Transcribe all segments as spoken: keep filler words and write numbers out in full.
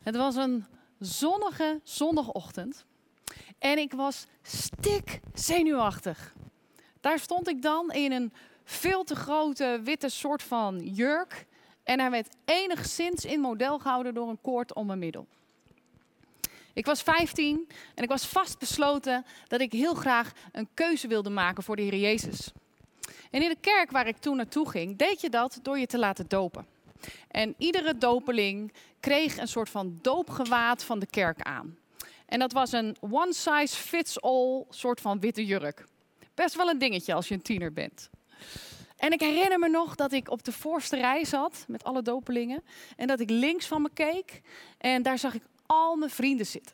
Het was een zonnige zondagochtend en ik was stik zenuwachtig. Daar stond ik dan in een veel te grote witte soort van jurk en hij werd enigszins in model gehouden door een koord om mijn middel. Ik was vijftien en ik was vastbesloten dat ik heel graag een keuze wilde maken voor de Heer Jezus. En in de kerk waar ik toen naartoe ging, deed je dat door je te laten dopen. En iedere dopeling kreeg een soort van doopgewaad van de kerk aan. En dat was een one size fits all soort van witte jurk. Best wel een dingetje als je een tiener bent. En ik herinner me nog dat ik op de voorste rij zat met alle dopelingen. En dat ik links van me keek en daar zag ik al mijn vrienden zitten.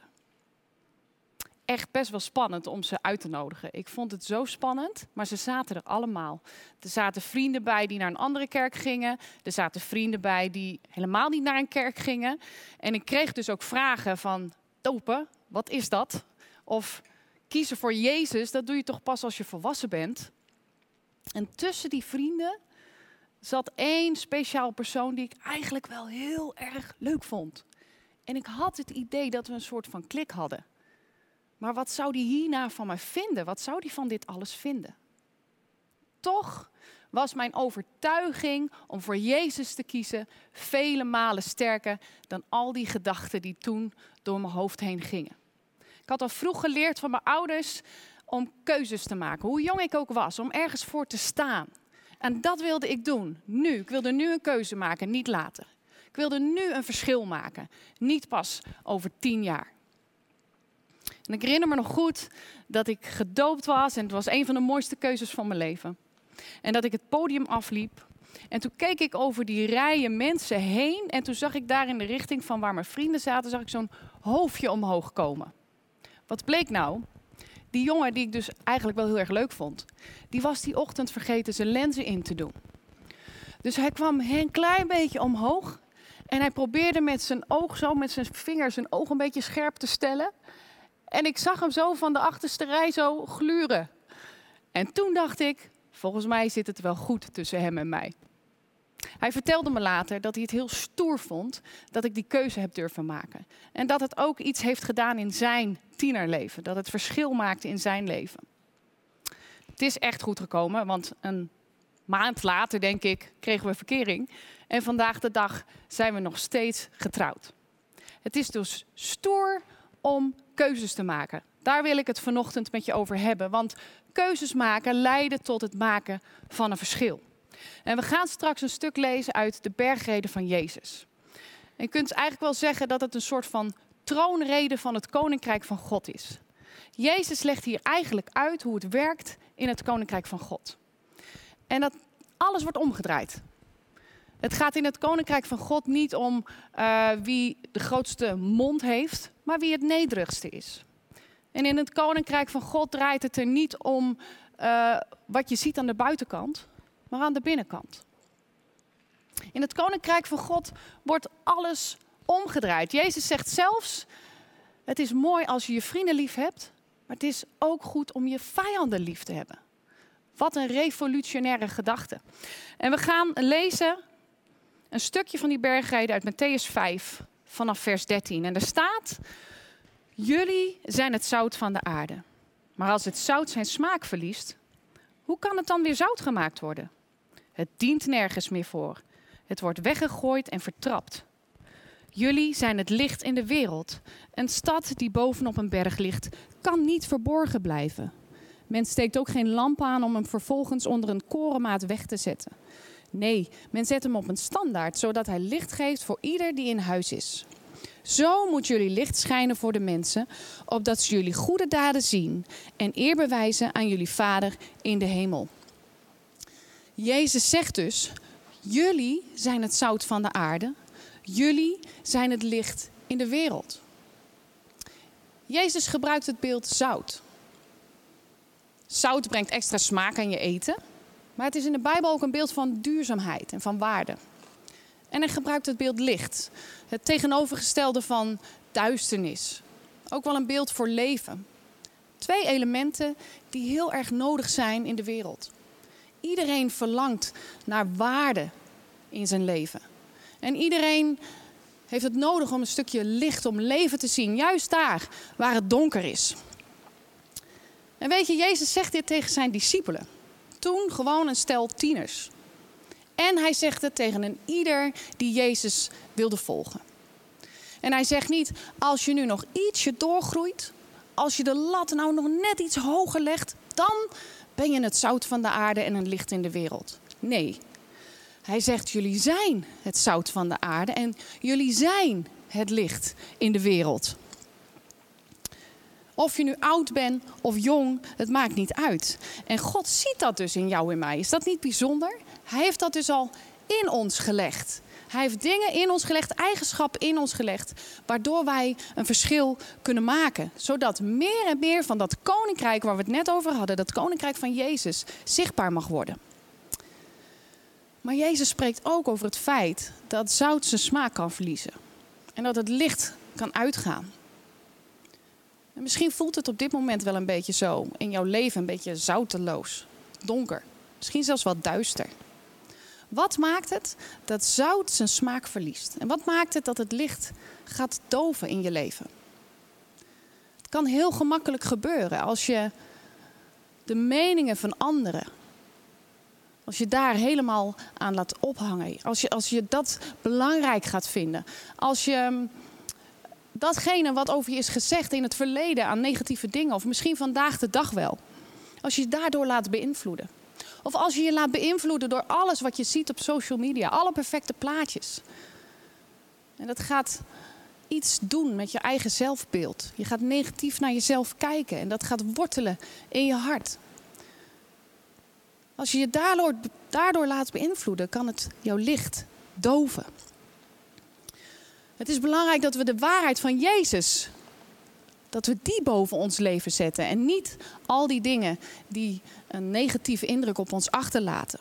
Echt best wel spannend om ze uit te nodigen. Ik vond het zo spannend, maar ze zaten er allemaal. Er zaten vrienden bij die naar een andere kerk gingen. Er zaten vrienden bij die helemaal niet naar een kerk gingen. En ik kreeg dus ook vragen van, dopen, wat is dat? Of kiezen voor Jezus, dat doe je toch pas als je volwassen bent? En tussen die vrienden zat één speciaal persoon die ik eigenlijk wel heel erg leuk vond. En ik had het idee dat we een soort van klik hadden. Maar wat zou die hierna van mij vinden? Wat zou die van dit alles vinden? Toch was mijn overtuiging om voor Jezus te kiezen vele malen sterker dan al die gedachten die toen door mijn hoofd heen gingen. Ik had al vroeg geleerd van mijn ouders om keuzes te maken, hoe jong ik ook was, om ergens voor te staan. En dat wilde ik doen, nu. Ik wilde nu een keuze maken, niet later. Ik wilde nu een verschil maken, niet pas over tien jaar. En ik herinner me nog goed dat ik gedoopt was en het was een van de mooiste keuzes van mijn leven. En dat ik het podium afliep en toen keek ik over die rijen mensen heen en toen zag ik daar in de richting van waar mijn vrienden zaten, zag ik zo'n hoofdje omhoog komen. Wat bleek nou? Die jongen die ik dus eigenlijk wel heel erg leuk vond, die was die ochtend vergeten zijn lenzen in te doen. Dus hij kwam een klein beetje omhoog en hij probeerde met zijn oog zo, met zijn vinger zijn oog een beetje scherp te stellen. En ik zag hem zo van de achterste rij zo gluren. En toen dacht ik, volgens mij zit het wel goed tussen hem en mij. Hij vertelde me later dat hij het heel stoer vond dat ik die keuze heb durven maken. En dat het ook iets heeft gedaan in zijn tienerleven. Dat het verschil maakte in zijn leven. Het is echt goed gekomen, want een maand later, denk ik, kregen we verkering. En vandaag de dag zijn we nog steeds getrouwd. Het is dus stoer om keuzes te maken. Daar wil ik het vanochtend met je over hebben. Want keuzes maken leiden tot het maken van een verschil. En we gaan straks een stuk lezen uit de bergrede van Jezus. En je kunt eigenlijk wel zeggen dat het een soort van troonrede van het koninkrijk van God is. Jezus legt hier eigenlijk uit hoe het werkt in het koninkrijk van God. En dat alles wordt omgedraaid. Het gaat in het koninkrijk van God niet om uh, wie de grootste mond heeft, maar wie het nederigste is. En in het koninkrijk van God draait het er niet om uh, wat je ziet aan de buitenkant, maar aan de binnenkant. In het koninkrijk van God wordt alles omgedraaid. Jezus zegt zelfs, het is mooi als je je vrienden lief hebt, maar het is ook goed om je vijanden lief te hebben. Wat een revolutionaire gedachte. En we gaan lezen een stukje van die bergrede uit Mattheüs vijf, vanaf vers dertien. En daar staat, jullie zijn het zout van de aarde. Maar als het zout zijn smaak verliest, hoe kan het dan weer zout gemaakt worden? Het dient nergens meer voor. Het wordt weggegooid en vertrapt. Jullie zijn het licht in de wereld. Een stad die bovenop een berg ligt, kan niet verborgen blijven. Men steekt ook geen lamp aan om hem vervolgens onder een korenmaat weg te zetten. Nee, men zet hem op een standaard, zodat hij licht geeft voor ieder die in huis is. Zo moet jullie licht schijnen voor de mensen, opdat ze jullie goede daden zien en eer bewijzen aan jullie Vader in de hemel. Jezus zegt dus, jullie zijn het zout van de aarde, jullie zijn het licht in de wereld. Jezus gebruikt het beeld zout. Zout brengt extra smaak aan je eten, maar het is in de Bijbel ook een beeld van duurzaamheid en van waarde. En hij gebruikt het beeld licht, het tegenovergestelde van duisternis. Ook wel een beeld voor leven. Twee elementen die heel erg nodig zijn in de wereld. Iedereen verlangt naar waarde in zijn leven. En iedereen heeft het nodig om een stukje licht, om leven te zien. Juist daar waar het donker is. En weet je, Jezus zegt dit tegen zijn discipelen. Toen gewoon een stel tieners. En hij zegt het tegen een ieder die Jezus wilde volgen. En hij zegt niet, als je nu nog ietsje doorgroeit, als je de lat nou nog net iets hoger legt, dan ben je het zout van de aarde en een licht in de wereld. Nee, hij zegt, jullie zijn het zout van de aarde en jullie zijn het licht in de wereld. Of je nu oud bent of jong, het maakt niet uit. En God ziet dat dus in jou en mij. Is dat niet bijzonder? Hij heeft dat dus al in ons gelegd. Hij heeft dingen in ons gelegd, eigenschappen in ons gelegd, waardoor wij een verschil kunnen maken. Zodat meer en meer van dat koninkrijk waar we het net over hadden, dat koninkrijk van Jezus, zichtbaar mag worden. Maar Jezus spreekt ook over het feit dat zout zijn smaak kan verliezen. En dat het licht kan uitgaan. En misschien voelt het op dit moment wel een beetje zo in jouw leven, een beetje zouteloos, donker. Misschien zelfs wat duister. Wat maakt het dat zout zijn smaak verliest? En wat maakt het dat het licht gaat doven in je leven? Het kan heel gemakkelijk gebeuren als je de meningen van anderen, als je daar helemaal aan laat ophangen. Als je, als je dat belangrijk gaat vinden. Als je datgene wat over je is gezegd in het verleden aan negatieve dingen, of misschien vandaag de dag wel. Als je je daardoor laat beïnvloeden. Of als je je laat beïnvloeden door alles wat je ziet op social media. Alle perfecte plaatjes. En dat gaat iets doen met je eigen zelfbeeld. Je gaat negatief naar jezelf kijken. En dat gaat wortelen in je hart. Als je je daardoor, daardoor laat beïnvloeden, kan het jouw licht doven. Het is belangrijk dat we de waarheid van Jezus, dat we die boven ons leven zetten. En niet al die dingen die een negatieve indruk op ons achterlaten.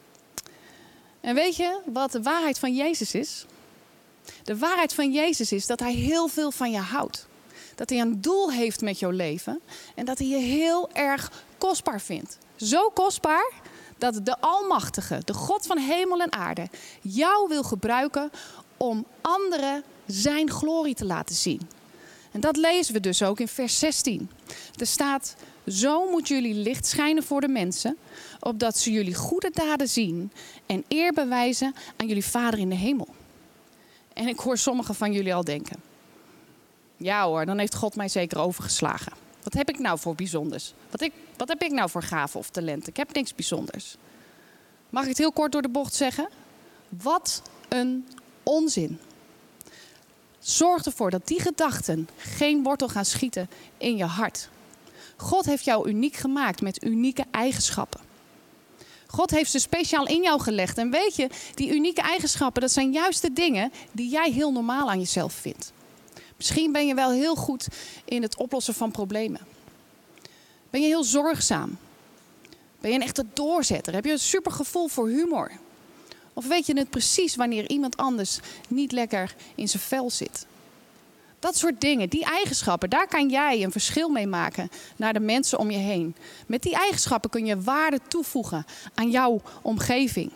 En weet je wat de waarheid van Jezus is? De waarheid van Jezus is dat hij heel veel van je houdt. Dat hij een doel heeft met jouw leven. En dat hij je heel erg kostbaar vindt. Zo kostbaar dat de Almachtige, de God van hemel en aarde, jou wil gebruiken om anderen zijn glorie te laten zien. En dat lezen we dus ook in vers zestien. Er staat, zo moet jullie licht schijnen voor de mensen, opdat ze jullie goede daden zien en eer bewijzen aan jullie Vader in de hemel. En ik hoor sommigen van jullie al denken, ja hoor, dan heeft God mij zeker overgeslagen. Wat heb ik nou voor bijzonders? Wat, ik, wat heb ik nou voor gaven of talenten? Ik heb niks bijzonders. Mag ik het heel kort door de bocht zeggen? Wat een onzin. Zorg ervoor dat die gedachten geen wortel gaan schieten in je hart. God heeft jou uniek gemaakt met unieke eigenschappen. God heeft ze speciaal in jou gelegd. En weet je, die unieke eigenschappen, dat zijn juist de dingen die jij heel normaal aan jezelf vindt. Misschien ben je wel heel goed in het oplossen van problemen. Ben je heel zorgzaam? Ben je een echte doorzetter? Heb je een super gevoel voor humor? Of weet je het precies wanneer iemand anders niet lekker in zijn vel zit? Dat soort dingen, die eigenschappen, daar kan jij een verschil mee maken naar de mensen om je heen. Met die eigenschappen kun je waarde toevoegen aan jouw omgeving.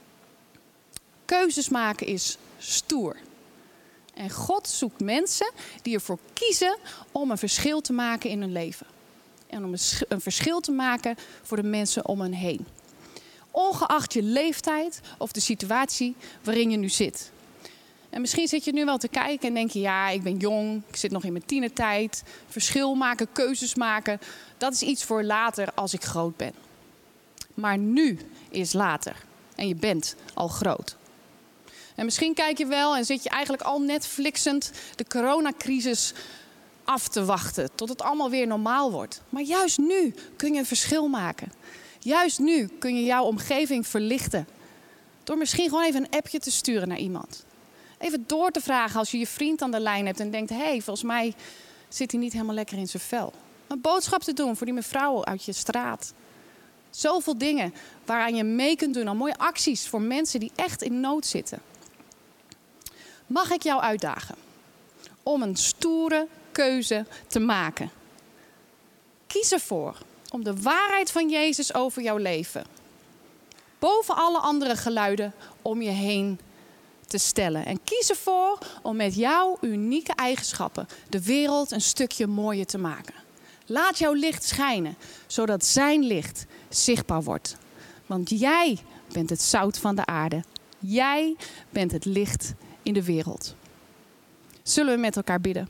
Keuzes maken is stoer. En God zoekt mensen die ervoor kiezen om een verschil te maken in hun leven. En om een verschil te maken voor de mensen om hen heen. Ongeacht je leeftijd of de situatie waarin je nu zit. En misschien zit je nu wel te kijken en denk je, ja, ik ben jong, ik zit nog in mijn tienertijd. Verschil maken, keuzes maken, dat is iets voor later als ik groot ben. Maar nu is later en je bent al groot. En misschien kijk je wel en zit je eigenlijk al Netflixend de coronacrisis af te wachten tot het allemaal weer normaal wordt. Maar juist nu kun je een verschil maken. Juist nu kun je jouw omgeving verlichten. Door misschien gewoon even een appje te sturen naar iemand. Even door te vragen als je je vriend aan de lijn hebt en denkt, hé, hey, volgens mij zit hij niet helemaal lekker in zijn vel. Een boodschap te doen voor die mevrouw uit je straat. Zoveel dingen waaraan je mee kunt doen, al mooie acties voor mensen die echt in nood zitten. Mag ik jou uitdagen om een stoere keuze te maken? Kies ervoor om de waarheid van Jezus over jouw leven boven alle andere geluiden om je heen te stellen. En kies ervoor om met jouw unieke eigenschappen de wereld een stukje mooier te maken. Laat jouw licht schijnen, zodat zijn licht zichtbaar wordt. Want jij bent het zout van de aarde. Jij bent het licht in de wereld. Zullen we met elkaar bidden?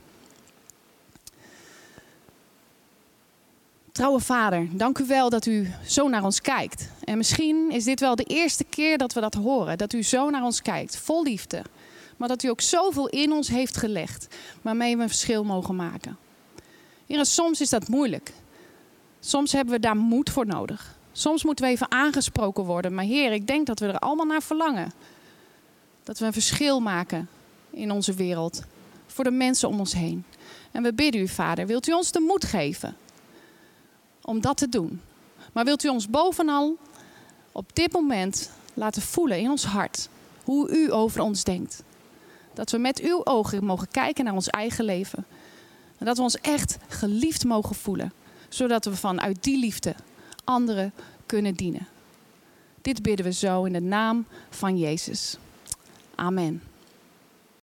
Trouwe Vader, dank u wel dat u zo naar ons kijkt. En misschien is dit wel de eerste keer dat we dat horen. Dat u zo naar ons kijkt, vol liefde. Maar dat u ook zoveel in ons heeft gelegd, waarmee we een verschil mogen maken. Heer, soms is dat moeilijk. Soms hebben we daar moed voor nodig. Soms moeten we even aangesproken worden. Maar Heer, ik denk dat we er allemaal naar verlangen. Dat we een verschil maken in onze wereld. Voor de mensen om ons heen. En we bidden u, Vader, wilt u ons de moed geven om dat te doen. Maar wilt u ons bovenal op dit moment laten voelen in ons hart hoe u over ons denkt. Dat we met uw ogen mogen kijken naar ons eigen leven. En dat we ons echt geliefd mogen voelen. Zodat we vanuit die liefde anderen kunnen dienen. Dit bidden we zo in de naam van Jezus. Amen.